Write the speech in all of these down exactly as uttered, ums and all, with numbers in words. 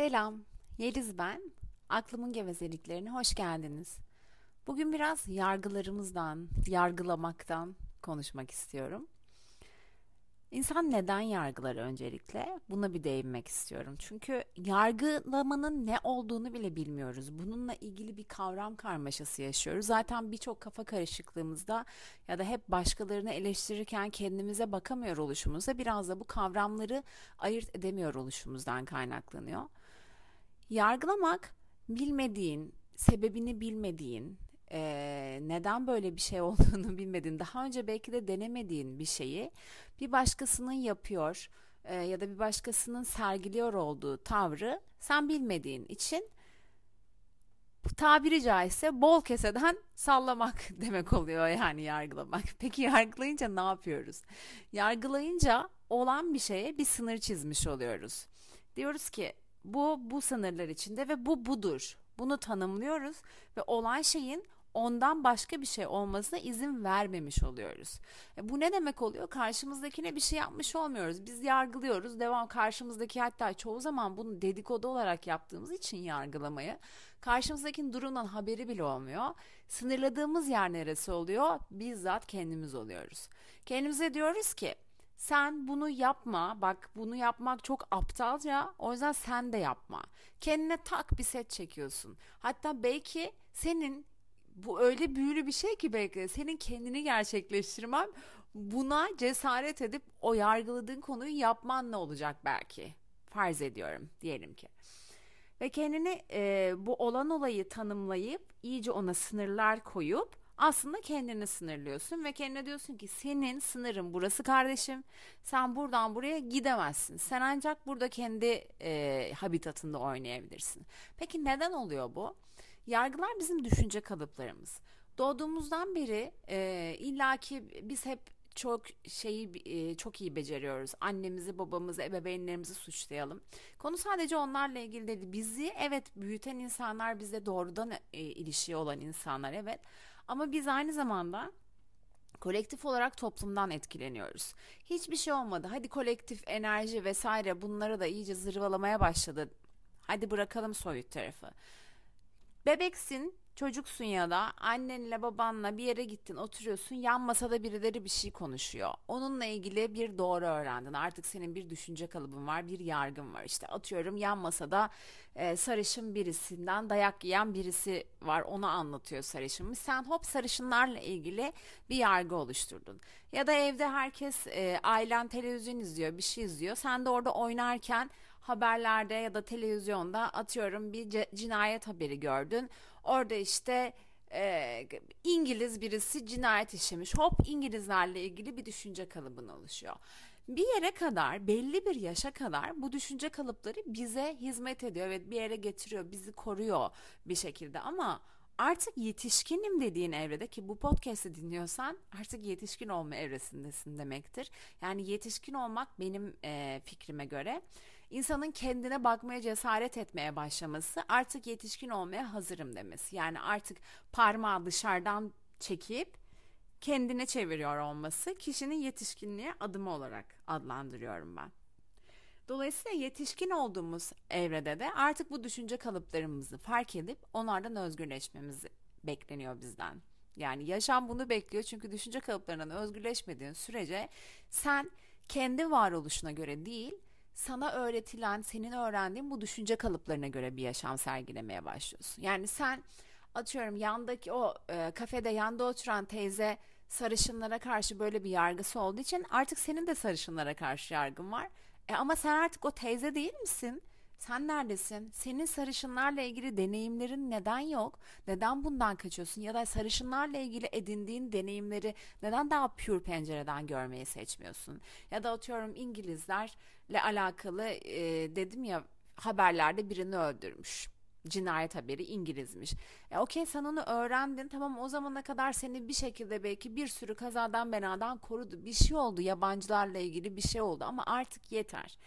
Selam, Yeliz ben. Aklımın gevezeliklerine hoş geldiniz. Bugün biraz yargılarımızdan, yargılamaktan konuşmak istiyorum. İnsan neden yargılar öncelikle? Buna bir değinmek istiyorum. Çünkü yargılamanın ne olduğunu bile bilmiyoruz. Bununla ilgili bir kavram karmaşası yaşıyoruz. Zaten birçok kafa karışıklığımızda ya da hep başkalarını eleştirirken kendimize bakamıyor oluşumuzda biraz da bu kavramları ayırt edemiyor oluşumuzdan kaynaklanıyor. Yargılamak bilmediğin, sebebini bilmediğin, eee, neden böyle bir şey olduğunu bilmediğin, daha önce belki de denemediğin bir şeyi bir başkasının yapıyor eee, ya da bir başkasının sergiliyor olduğu tavrı sen bilmediğin için tabiri caizse bol keseden sallamak demek oluyor yani yargılamak. Peki yargılayınca ne yapıyoruz? Yargılayınca olan bir şeye bir sınır çizmiş oluyoruz. Diyoruz ki bu bu sınırlar içinde ve bu budur. Bunu tanımlıyoruz ve olan şeyin ondan başka bir şey olmasına izin vermemiş oluyoruz. E bu ne demek oluyor? Karşımızdakine bir şey yapmış olmuyoruz. Biz yargılıyoruz. Devam karşımızdaki hatta çoğu zaman bunu dedikodu olarak yaptığımız için yargılamayı karşımızdakinin durumdan haberi bile olmuyor. Sınırladığımız yer neresi oluyor? Bizzat kendimiz oluyoruz. Kendimize diyoruz ki sen bunu yapma. Bak bunu yapmak çok aptalca. O yüzden sen de yapma. Kendine tak bir set çekiyorsun. Hatta belki senin bu öyle büyülü bir şey ki belki de senin kendini gerçekleştirmen buna cesaret edip o yargıladığın konuyu yapman ne olacak belki. Farz ediyorum diyelim ki. Ve kendini e, bu olan olayı tanımlayıp iyice ona sınırlar koyup aslında kendini sınırlıyorsun ve kendine diyorsun ki senin sınırın burası kardeşim. Sen buradan buraya gidemezsin. Sen ancak burada kendi e, habitatında oynayabilirsin. Peki neden oluyor bu? Yargılar bizim düşünce kalıplarımız. Doğduğumuzdan beri e, illaki biz hep çok şeyi e, çok iyi beceriyoruz. Annemizi, babamızı, ebeveynlerimizi suçlayalım. Konu sadece onlarla ilgili değil. Bizi evet büyüten insanlar bize doğrudan e, ilişiği olan insanlar evet. Ama biz aynı zamanda kolektif olarak toplumdan etkileniyoruz. Hiçbir şey olmadı. Hadi kolektif enerji vesaire bunları da iyice zırvalamaya başladı. Hadi bırakalım soyut tarafı. Bebeksin, çocuksun ya da annenle babanla bir yere gittin, oturuyorsun. Yan masada birileri bir şey konuşuyor. Onunla ilgili bir doğru öğrendin. Artık senin bir düşünce kalıbın var, bir yargın var. İşte atıyorum yan masada e, sarışın birisinden dayak yiyen birisi var. Onu anlatıyor sarışın. Sen hop sarışınlarla ilgili bir yargı oluşturdun. Ya da evde herkes e, ailen televizyon izliyor, bir şey izliyor. Sen de orada oynarken haberlerde ya da televizyonda atıyorum bir ce- cinayet haberi gördün. Orada işte e, İngiliz birisi cinayet işlemiş. Hop İngilizlerle ilgili bir düşünce kalıbın oluşuyor. Bir yere kadar, belli bir yaşa kadar bu düşünce kalıpları bize hizmet ediyor ve bir yere getiriyor, bizi koruyor bir şekilde ama artık yetişkinim dediğin evrede ki bu podcast'i dinliyorsan artık yetişkin olma evresindesin demektir. Yani yetişkin olmak benim e, fikrime göre insanın kendine bakmaya cesaret etmeye başlaması artık yetişkin olmaya hazırım demesi. Yani artık parmağı dışarıdan çekip kendine çeviriyor olması kişinin yetişkinliğe adımı olarak adlandırıyorum ben. Dolayısıyla yetişkin olduğumuz evrede de artık bu düşünce kalıplarımızı fark edip onlardan özgürleşmemiz bekleniyor bizden. Yani yaşam bunu bekliyor çünkü düşünce kalıplarından özgürleşmediğin sürece sen kendi varoluşuna göre değil, sana öğretilen, senin öğrendiğin bu düşünce kalıplarına göre bir yaşam sergilemeye başlıyorsun. Yani sen atıyorum yandaki o e, kafede yanda oturan teyze sarışınlara karşı böyle bir yargısı olduğu için artık senin de sarışınlara karşı yargın var. E ama sen artık o teyze değil misin? Sen neredesin? Senin sarışınlarla ilgili deneyimlerin neden yok? Neden bundan kaçıyorsun? Ya da sarışınlarla ilgili edindiğin deneyimleri neden daha pure pencereden görmeyi seçmiyorsun? Ya da atıyorum İngilizlerle alakalı e, dedim ya haberlerde birini öldürmüş. Cinayet haberi İngilizmiş. E okey sen onu öğrendin tamam o zamana kadar seni bir şekilde belki bir sürü kazadan beladan korudu. Bir şey oldu yabancılarla ilgili bir şey oldu ama artık yeter.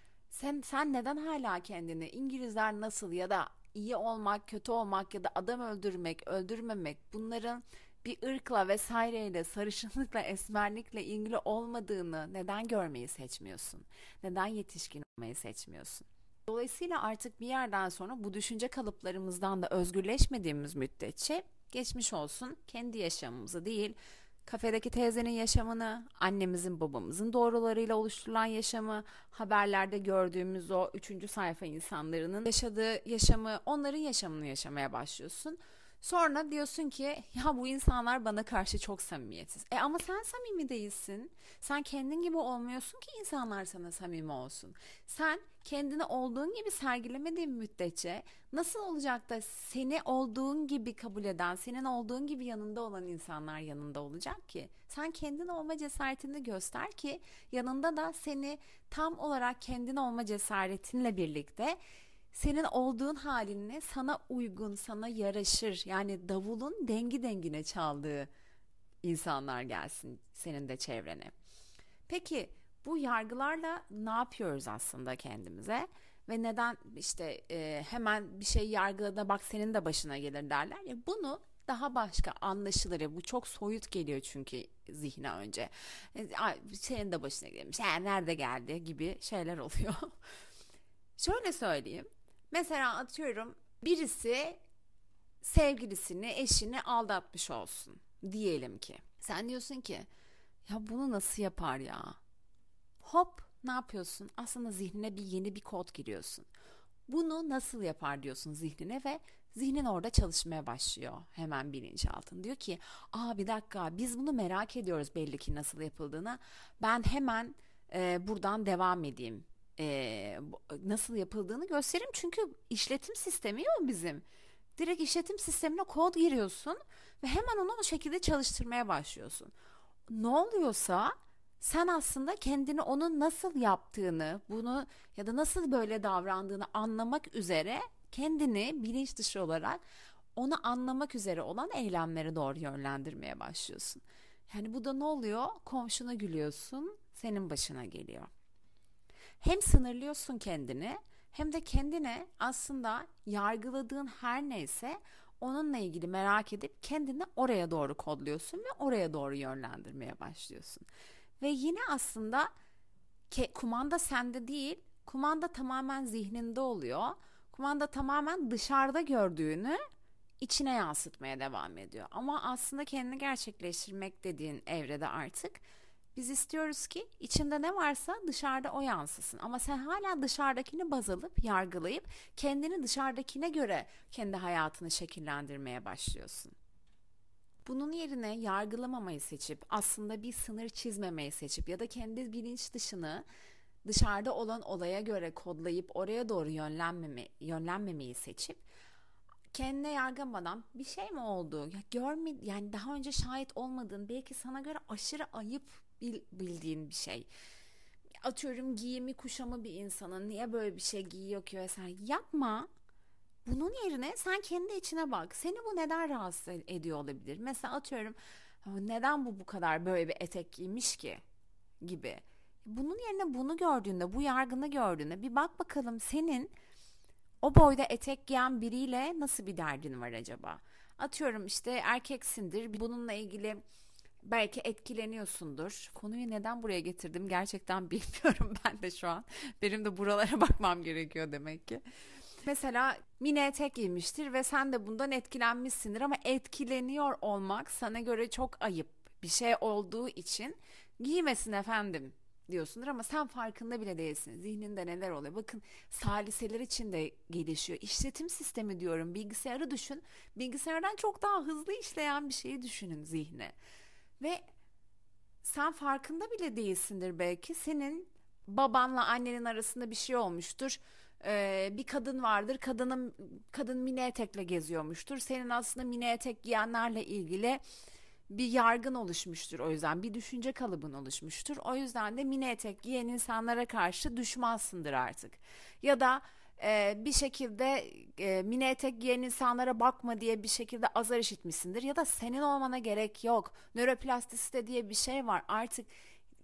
Sen sen neden hala kendini İngilizler nasıl ya da iyi olmak, kötü olmak ya da adam öldürmek, öldürmemek bunların bir ırkla vesaireyle, sarışınlıkla, esmerlikle ilgili olmadığını neden görmeyi seçmiyorsun? Neden yetişkin olmayı seçmiyorsun? Dolayısıyla artık bir yerden sonra bu düşünce kalıplarımızdan da özgürleşmediğimiz müddetçe geçmiş olsun kendi yaşamımızı değil, kafedeki teyzenin yaşamını, annemizin babamızın doğrularıyla oluşturulan yaşamı, haberlerde gördüğümüz o üçüncü sayfa insanların yaşadığı yaşamı, onların yaşamını yaşamaya başlıyorsun. Sonra diyorsun ki ya bu insanlar bana karşı çok samimiyetsiz. E ama sen samimi değilsin. Sen kendin gibi olmuyorsun ki insanlar sana samimi olsun. Sen kendini olduğun gibi sergilemediğin müddetçe nasıl olacak da seni olduğun gibi kabul eden, senin olduğun gibi yanında olan insanlar yanında olacak ki? Sen kendin olma cesaretini göster ki yanında da seni tam olarak kendin olma cesaretinle birlikte senin olduğun halinle sana uygun, sana yaraşır. Yani davulun dengi dengine çaldığı insanlar gelsin senin de çevrene. Peki bu yargılarla ne yapıyoruz aslında kendimize? Ve neden işte e, hemen bir şey yargıladığında bak senin de başına gelir derler ya, bunu daha başka anlaşılır. Bu çok soyut geliyor çünkü zihne önce. E, senin de başına gelmiş. Yani nerede geldi gibi şeyler oluyor. Şöyle söyleyeyim. Mesela atıyorum birisi sevgilisini, eşini aldatmış olsun diyelim ki. Sen diyorsun ki ya bunu nasıl yapar ya? Hop ne yapıyorsun? Aslında zihnine bir yeni bir kod giriyorsun. Bunu nasıl yapar diyorsun zihnine ve zihnin orada çalışmaya başlıyor hemen bilinçaltın. Diyor ki aa bir dakika biz bunu merak ediyoruz belli ki nasıl yapıldığını. Ben hemen e, buradan devam edeyim. E, nasıl yapıldığını göstereyim çünkü işletim sistemi o bizim. Direkt işletim sistemine kod giriyorsun ve hemen onu o şekilde çalıştırmaya başlıyorsun. Ne oluyorsa sen aslında kendini onun nasıl yaptığını, bunu ya da nasıl böyle davrandığını anlamak üzere kendini bilinç dışı olarak onu anlamak üzere olan eylemlere doğru yönlendirmeye başlıyorsun. Yani bu da ne oluyor? Komşuna gülüyorsun, senin başına geliyor. Hem sınırlıyorsun kendini hem de kendine aslında yargıladığın her neyse onunla ilgili merak edip kendini oraya doğru kodluyorsun ve oraya doğru yönlendirmeye başlıyorsun. Ve yine aslında ke- kumanda sende değil, kumanda tamamen zihninde oluyor. Kumanda tamamen dışarıda gördüğünü içine yansıtmaya devam ediyor. Ama aslında kendini gerçekleştirmek dediğin evrede artık biz istiyoruz ki içinde ne varsa dışarıda o yansısın. Ama sen hala dışarıdakini baz alıp, yargılayıp kendini dışarıdakine göre kendi hayatını şekillendirmeye başlıyorsun. Bunun yerine yargılamamayı seçip, aslında bir sınır çizmemeyi seçip ya da kendi bilinç dışını dışarıda olan olaya göre kodlayıp oraya doğru yönlenmeme, yönlenmemeyi seçip kendine yargılamadan bir şey mi oldu? Ya görme, yani daha önce şahit olmadığın, belki sana göre aşırı ayıp bildiğin bir şey. Atıyorum giyimi kuşamı bir insanın niye böyle bir şey giyiyor ki vesaire. Yapma. Bunun yerine sen kendi içine bak. Seni bu neden rahatsız ediyor olabilir? Mesela atıyorum neden bu bu kadar böyle bir etek giymiş ki gibi. Bunun yerine bunu gördüğünde, bu yargını gördüğünde bir bak bakalım senin o boyda etek giyen biriyle nasıl bir derdin var acaba? Atıyorum işte erkeksindir. Bununla ilgili belki etkileniyorsundur. Konuyu neden buraya getirdim gerçekten bilmiyorum ben de şu an. Benim de buralara bakmam gerekiyor demek ki. Mesela mini etek giymiştir ve sen de bundan etkilenmişsindir ama etkileniyor olmak sana göre çok ayıp bir şey olduğu için giymesin efendim diyorsundur ama sen farkında bile değilsin. Zihninde neler oluyor? Bakın saliseler için de gelişiyor. İşletim sistemi diyorum. Bilgisayarı düşün. Bilgisayardan çok daha hızlı işleyen bir şeyi düşünün zihni. Ve sen farkında bile değilsindir belki. Senin babanla annenin arasında bir şey olmuştur. Ee, bir kadın vardır. Kadının kadın mini etekle geziyormuştur. Senin aslında mini etek giyenlerle ilgili bir yargın oluşmuştur, o yüzden bir düşünce kalıbın oluşmuştur. O yüzden de mini etek giyen insanlara karşı düşmansındır artık. Ya da e, bir şekilde e, mini etek giyen insanlara bakma diye bir şekilde azar işitmişsindir. Ya da senin olmana gerek yok. Nöroplastisite diye bir şey var. Artık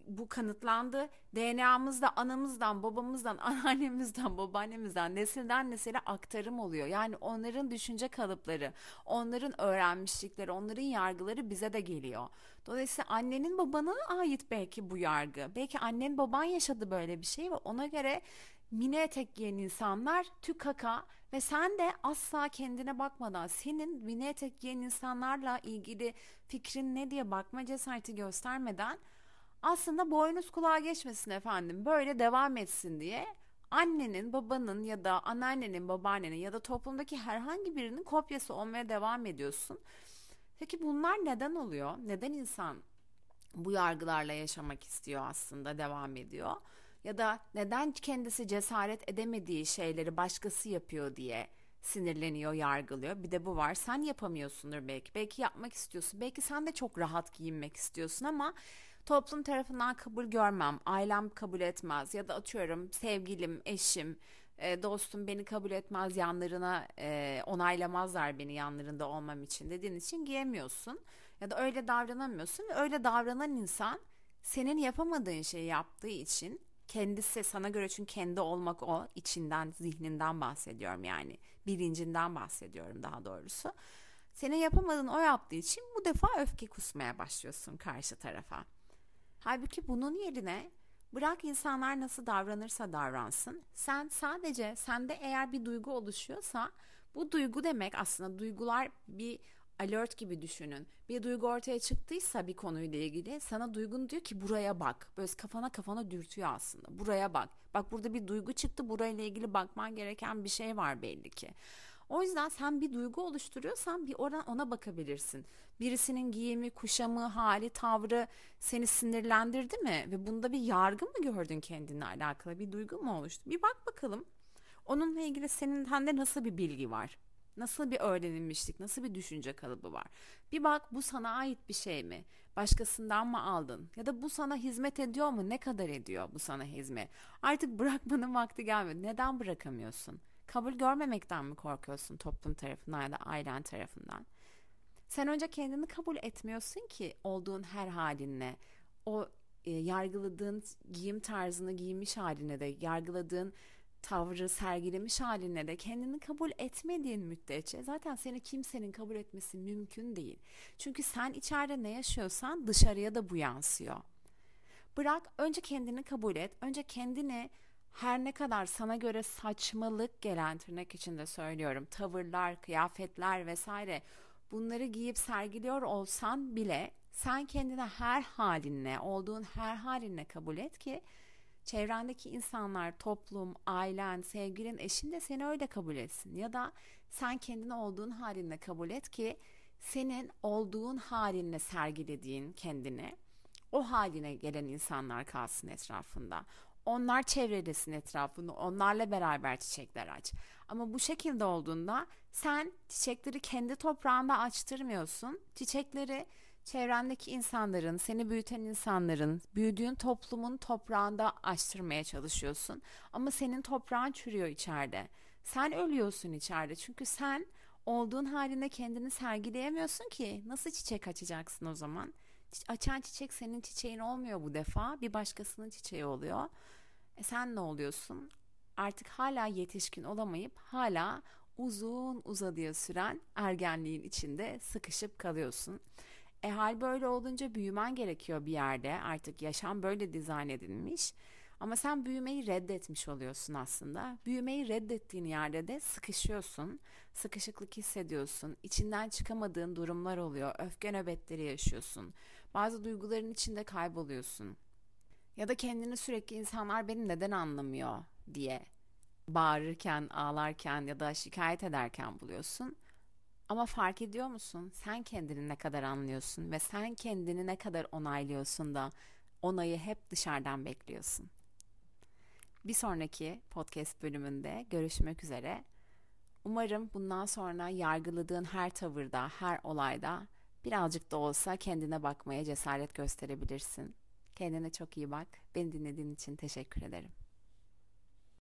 bu kanıtlandı. D N A'mızda anamızdan, babamızdan, anneannemizden, babaannemizden nesilden nesile aktarım oluyor. Yani onların düşünce kalıpları, onların öğrenmişlikleri, onların yargıları bize de geliyor. Dolayısıyla annenin babana ait belki bu yargı. Belki annen baban yaşadı böyle bir şey ve ona göre mini etek giyen insanlar tükaka ve sen de asla kendine bakmadan senin mini etek giyen insanlarla ilgili fikrin ne diye bakma cesareti göstermeden aslında boynuz kulağa geçmesin efendim, böyle devam etsin diye annenin, babanın ya da anneannenin, babaannenin ya da toplumdaki herhangi birinin kopyası olmaya devam ediyorsun. Peki bunlar neden oluyor? Neden insan bu yargılarla yaşamak istiyor, aslında devam ediyor? Ya da neden kendisi cesaret edemediği şeyleri başkası yapıyor diye sinirleniyor, yargılıyor. Bir de bu var. Sen yapamıyorsundur belki. Belki yapmak istiyorsun. Belki sen de çok rahat giyinmek istiyorsun ama toplum tarafından kabul görmem, ailem kabul etmez ya da atıyorum sevgilim, eşim, e, dostum beni kabul etmez, yanlarına e, onaylamazlar beni yanlarında olmam için dediğin için giyemiyorsun ya da öyle davranamıyorsun ve öyle davranan insan senin yapamadığın şeyi yaptığı için, kendisi sana göre, çünkü kendi olmak o, içinden, zihninden bahsediyorum, yani bilincinden bahsediyorum daha doğrusu. Senin yapamadığın o yaptığı için bu defa öfke kusmaya başlıyorsun karşı tarafa. Halbuki bunun yerine bırak insanlar nasıl davranırsa davransın. Sen sadece, sende eğer bir duygu oluşuyorsa, bu duygu demek aslında, duygular bir alert gibi düşünün. Bir duygu ortaya çıktıysa bir konuyla ilgili, sana duygun diyor ki buraya bak. Böyle kafana kafana dürtüyor aslında. Buraya bak. Bak burada bir duygu çıktı. Burayla ilgili bakman gereken bir şey var belli ki. O yüzden sen bir duygu oluşturuyorsan bir oradan ona bakabilirsin. Birisinin giyimi, kuşamı, hali, tavrı seni sinirlendirdi mi? Ve bunda bir yargı mı gördün kendinle alakalı? Bir duygu mu oluştu? Bir bak bakalım. Onunla ilgili senin sende nasıl bir bilgi var? Nasıl bir öğrenilmişlik, nasıl bir düşünce kalıbı var? Bir bak, bu sana ait bir şey mi? Başkasından mı aldın? Ya da bu sana hizmet ediyor mu? Ne kadar ediyor bu sana hizmet? Artık bırakmanın vakti gelmedi. Neden bırakamıyorsun? Kabul görmemekten mi korkuyorsun toplum tarafından ya da ailen tarafından? Sen önce kendini kabul etmiyorsun ki olduğun her halinle. O e, yargıladığın giyim tarzını giymiş haline de, yargıladığın tavrı sergilemiş haline de kendini kabul etmediğin müddetçe zaten seni kimsenin kabul etmesi mümkün değil. Çünkü sen içeride ne yaşıyorsan dışarıya da bu yansıyor. Bırak, önce kendini kabul et. Önce kendini, her ne kadar sana göre saçmalık gelen, tırnak içinde söylüyorum, tavırlar, kıyafetler vesaire, bunları giyip sergiliyor olsan bile sen kendini her halinle, olduğun her halinle kabul et ki çevrendeki insanlar, toplum, ailen, sevgilin, eşin de seni öyle kabul etsin. Ya da sen kendini olduğun halinle kabul et ki senin olduğun halinle sergilediğin kendini, o haline gelen insanlar kalsın etrafında. Onlar çevrelesin etrafını, onlarla beraber çiçekler aç. Ama bu şekilde olduğunda sen çiçekleri kendi toprağında açtırmıyorsun. Çiçekleri çevrendeki insanların, seni büyüten insanların, büyüdüğün toplumun toprağında açtırmaya çalışıyorsun. Ama senin toprağın çürüyor içeride. Sen ölüyorsun içeride. Çünkü sen olduğun haline kendini sergileyemiyorsun ki. Nasıl çiçek açacaksın o zaman? Açan çiçek senin çiçeğin olmuyor bu defa. Bir başkasının çiçeği oluyor. E sen ne oluyorsun? Artık hala yetişkin olamayıp hala uzun uzadıya süren ergenliğin içinde sıkışıp kalıyorsun. E hal böyle olunca büyümen gerekiyor bir yerde. Artık yaşam böyle dizayn edilmiş. Ama sen büyümeyi reddetmiş oluyorsun aslında. Büyümeyi reddettiğin yerde de sıkışıyorsun. Sıkışıklık hissediyorsun. İçinden çıkamadığın durumlar oluyor. Öfke nöbetleri yaşıyorsun. Bazı duyguların içinde kayboluyorsun. Ya da kendini sürekli insanlar beni neden anlamıyor diye bağırırken, ağlarken ya da şikayet ederken buluyorsun. Ama fark ediyor musun? Sen kendini ne kadar anlıyorsun ve sen kendini ne kadar onaylıyorsun da onayı hep dışarıdan bekliyorsun. Bir sonraki podcast bölümünde görüşmek üzere. Umarım bundan sonra yargıladığın her tavırda, her olayda birazcık da olsa kendine bakmaya cesaret gösterebilirsin. Kendine çok iyi bak. Beni dinlediğin için teşekkür ederim.